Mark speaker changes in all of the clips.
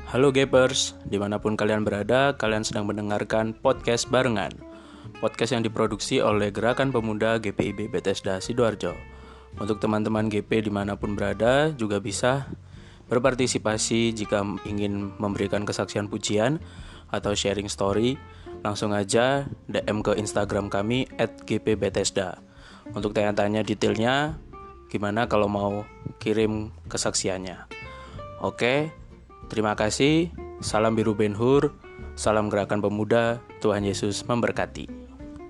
Speaker 1: Halo Gapers, dimanapun kalian berada, kalian sedang mendengarkan podcast barengan. Podcast yang diproduksi oleh Gerakan Pemuda GPIB Bethesda Sidoarjo. Untuk teman-teman GP dimanapun berada, juga bisa berpartisipasi jika ingin memberikan kesaksian pujian atau sharing story. Langsung aja DM ke Instagram kami @gpbethesda. Untuk tanya-tanya detailnya, gimana kalau mau kirim kesaksiannya. Oke. Terima kasih, salam biru Ben Hur, salam Gerakan Pemuda, Tuhan Yesus memberkati.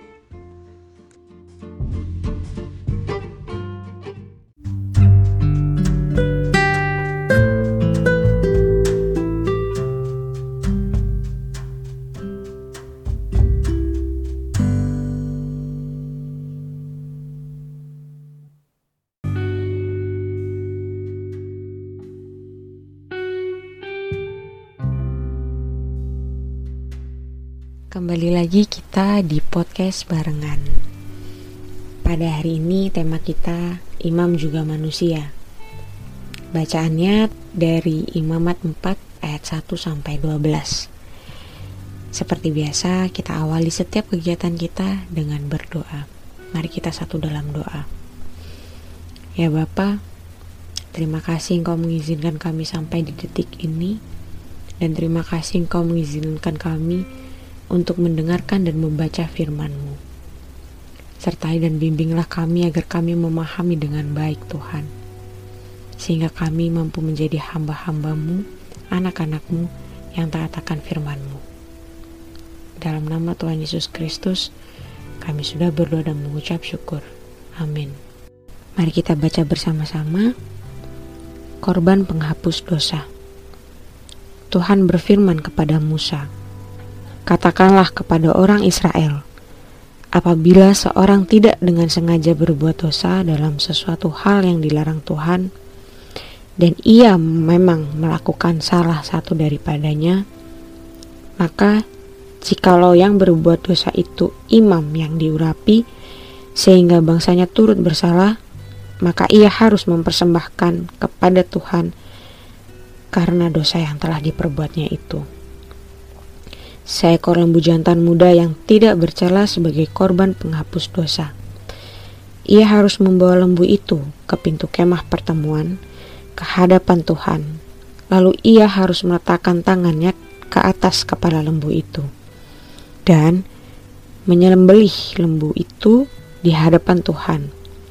Speaker 2: Kembali lagi kita di podcast barengan. Pada hari ini tema kita Imam juga manusia. Bacaannya dari Imamat 4 ayat 1 sampai 12. Seperti biasa, kita awali setiap kegiatan kita dengan berdoa. Mari kita satu dalam doa. Ya Bapa, terima kasih Engkau mengizinkan kami sampai di detik ini, dan terima kasih Engkau mengizinkan kami untuk mendengarkan dan membaca firman-Mu. Sertai dan bimbinglah kami agar kami memahami dengan baik Tuhan, sehingga kami mampu menjadi hamba-hamba-Mu, anak-anak-Mu yang taat akan firman-Mu. Dalam nama Tuhan Yesus Kristus, kami sudah berdoa dan mengucap syukur. Amin. Mari kita baca bersama-sama Korban Penghapus Dosa. Tuhan berfirman kepada Musa, "Katakanlah kepada orang Israel, apabila seorang tidak dengan sengaja berbuat dosa dalam sesuatu hal yang dilarang Tuhan, dan ia memang melakukan salah satu daripadanya, maka jikalau yang berbuat dosa itu imam yang diurapi, sehingga bangsanya turut bersalah, maka ia harus mempersembahkan kepada Tuhan karena dosa yang telah diperbuatnya itu seekor lembu jantan muda yang tidak bercela sebagai korban penghapus dosa. Ia harus membawa lembu itu ke pintu kemah pertemuan ke hadapan Tuhan. Lalu ia harus meletakkan tangannya ke atas kepala lembu itu dan menyembelih lembu itu di hadapan Tuhan.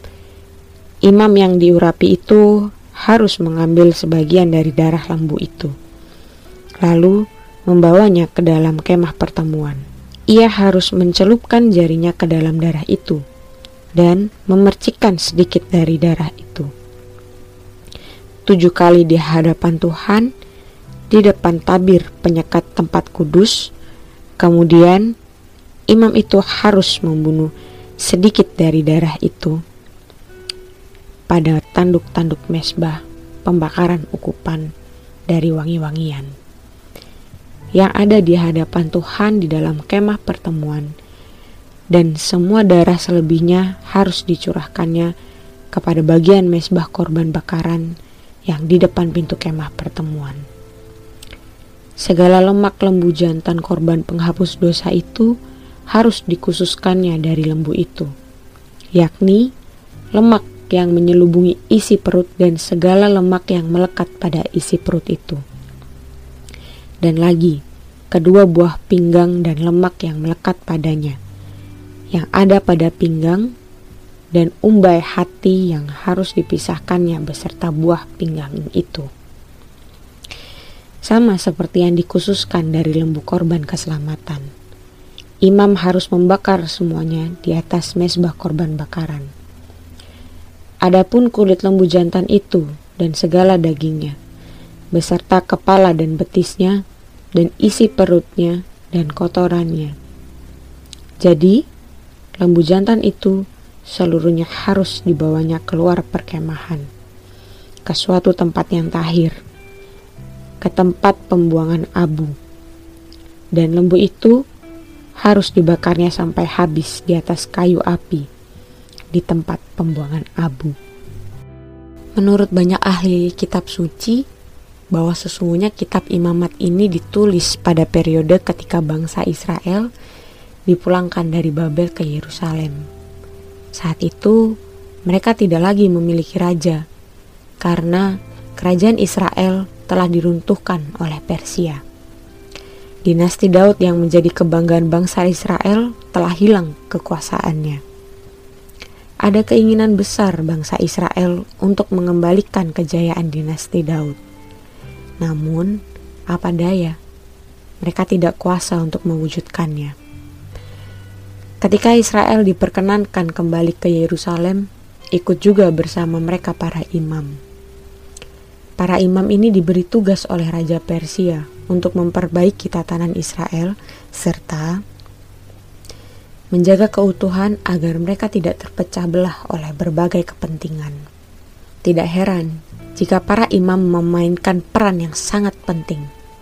Speaker 2: Imam yang diurapi itu harus mengambil sebagian dari darah lembu itu, lalu membawanya ke dalam kemah pertemuan. Ia harus mencelupkan jarinya ke dalam darah itu dan memercikkan sedikit dari darah itu 7 kali di hadapan Tuhan di depan tabir penyekat tempat kudus. Kemudian imam itu harus membunuh sedikit dari darah itu pada tanduk-tanduk mezbah pembakaran ukupan dari wangi-wangian yang ada di hadapan Tuhan di dalam kemah pertemuan, dan semua darah selebihnya harus dicurahkannya kepada bagian mezbah korban bakaran yang di depan pintu kemah pertemuan. Segala lemak lembu jantan korban penghapus dosa itu harus dikhususkannya dari lembu itu, yakni lemak yang menyelubungi isi perut dan segala lemak yang melekat pada isi perut itu. Dan lagi, kedua buah pinggang dan lemak yang melekat padanya, yang ada pada pinggang, dan umbai hati yang harus dipisahkannya beserta buah pinggang itu. Sama seperti yang dikhususkan dari lembu korban keselamatan, imam harus membakar semuanya di atas mezbah korban bakaran. Adapun kulit lembu jantan itu dan segala dagingnya, beserta kepala dan betisnya, dan isi perutnya dan kotorannya. Jadi, lembu jantan itu seluruhnya harus dibawanya keluar perkemahan, ke suatu tempat yang tahir, ke tempat pembuangan abu. Dan lembu itu harus dibakarnya sampai habis di atas kayu api, di tempat pembuangan abu. Menurut banyak ahli kitab suci, bahwa sesungguhnya kitab Imamat ini ditulis pada periode ketika bangsa Israel dipulangkan dari Babel ke Yerusalem. Saat itu mereka tidak lagi memiliki raja karena kerajaan Israel telah diruntuhkan oleh Persia. Dinasti Daud yang menjadi kebanggaan bangsa Israel telah hilang kekuasaannya. Ada keinginan besar bangsa Israel untuk mengembalikan kejayaan dinasti Daud. Namun, apa daya, mereka tidak kuasa untuk mewujudkannya. Ketika Israel diperkenankan kembali ke Yerusalem, ikut juga bersama mereka para imam. Para imam ini diberi tugas oleh Raja Persia untuk memperbaiki tatanan Israel serta menjaga keutuhan agar mereka tidak terpecah belah oleh berbagai kepentingan. Tidak heran jika para imam memainkan peran yang sangat penting.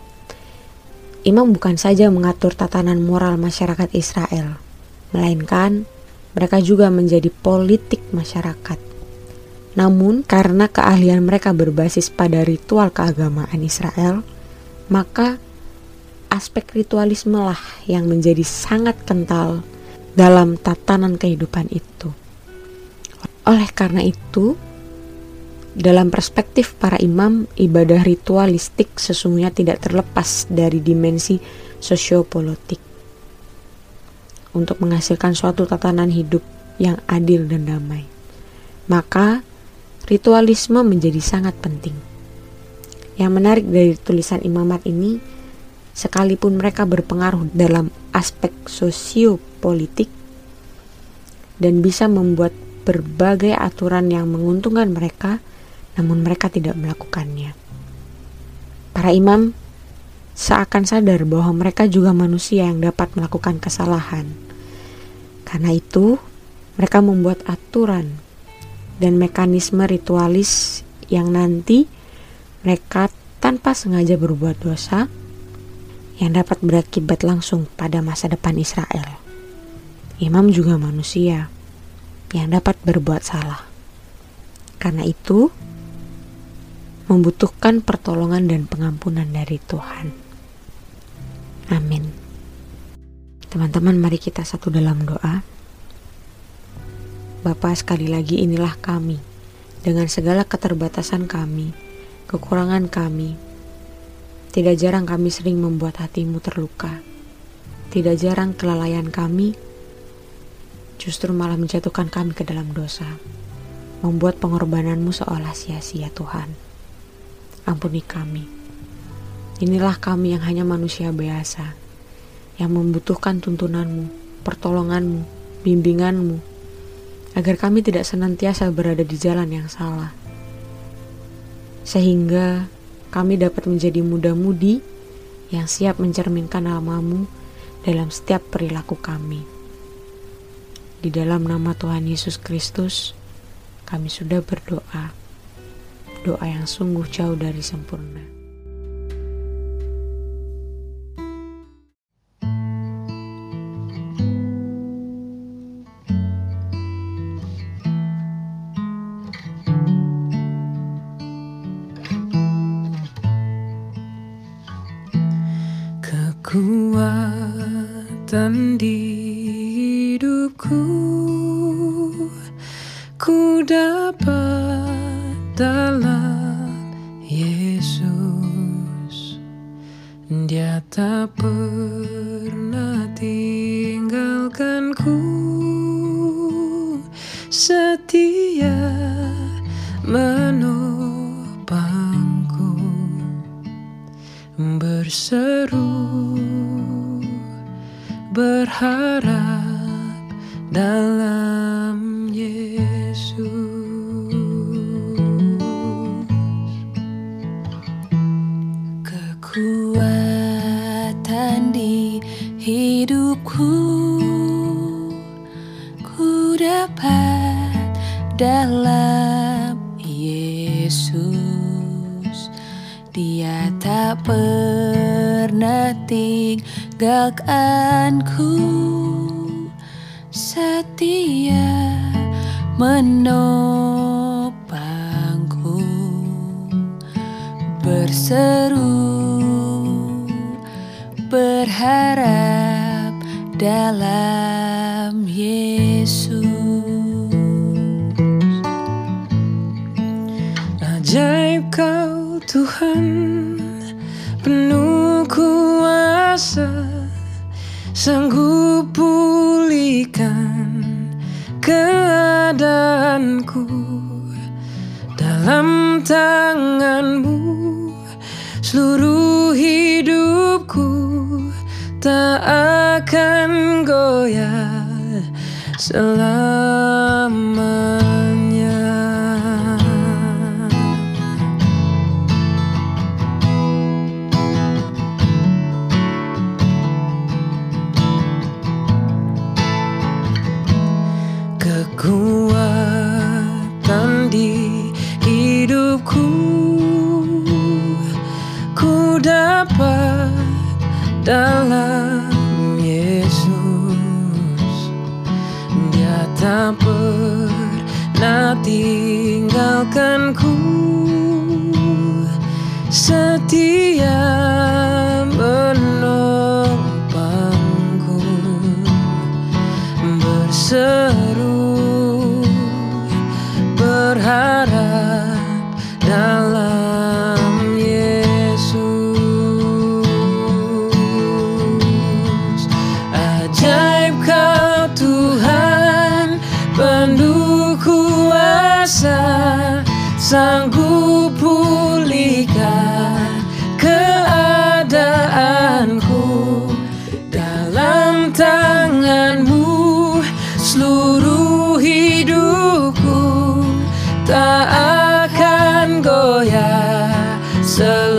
Speaker 2: Imam bukan saja mengatur tatanan moral masyarakat Israel, melainkan mereka juga menjadi politik masyarakat. Namun karena keahlian mereka berbasis pada ritual keagamaan Israel, maka aspek ritualisme lah yang menjadi sangat kental dalam tatanan kehidupan itu. Oleh karena itu, dalam perspektif para imam, ibadah ritualistik sesungguhnya tidak terlepas dari dimensi sosiopolitik untuk menghasilkan suatu tatanan hidup yang adil dan damai. Maka, ritualisme menjadi sangat penting. Yang menarik dari tulisan Imamat ini, sekalipun mereka berpengaruh dalam aspek sosiopolitik dan bisa membuat berbagai aturan yang menguntungkan mereka, namun mereka tidak melakukannya. Para imam seakan sadar bahwa mereka juga manusia yang dapat melakukan kesalahan. Karena itu, mereka membuat aturan dan mekanisme ritualis yang nanti mereka tanpa sengaja berbuat dosa yang dapat berakibat langsung pada masa depan Israel. Imam juga manusia yang dapat berbuat salah. Karena itu, membutuhkan pertolongan dan pengampunan dari Tuhan. Amin. Teman-teman, mari kita satu dalam doa. Bapa, sekali lagi inilah kami, dengan segala keterbatasan kami, kekurangan kami. Tidak jarang kami sering membuat hatimu terluka. Tidak jarang kelalaian kami justru malah menjatuhkan kami ke dalam dosa, membuat pengorbananmu seolah sia-sia. Tuhan, ampuni kami. Inilah kami yang hanya manusia biasa, yang membutuhkan tuntunanmu, pertolonganmu, bimbinganmu, agar kami tidak senantiasa berada di jalan yang salah, sehingga kami dapat menjadi muda-mudi yang siap mencerminkan namamu dalam setiap perilaku kami. Di dalam nama Tuhan Yesus Kristus, kami sudah berdoa, doa yang sungguh jauh dari sempurna.
Speaker 3: Kekuatan di hidupku ku dapat dalam Yesus. Dia tak pernah tinggalkanku, setia menopangku, berseru berharap dalam Yesus. Kekuatan di hidupku ku dapat dalam Yesus. Dia tak pernah tinggalkanku, setia menopangku, berseru, berharap dalam Yesus.
Speaker 4: Ajaib Kau Tuhan, penuh kuasa, sanggup pulihkan keadaanku. Dalam tangan-Mu seluruh hidupku tak akan goyah selamanya. Kekuatan di hidupku ku dapat dalam Yesus. Dia tak pernah tinggalkanku, setia menopangku, berseru, berharap dalam Yesus. Ajaib Kau Tuhan, penuh kuasa, sanggup pulihkan keadaanku. Dalam tangan-Mu seluruh hidupku tak akan goyah.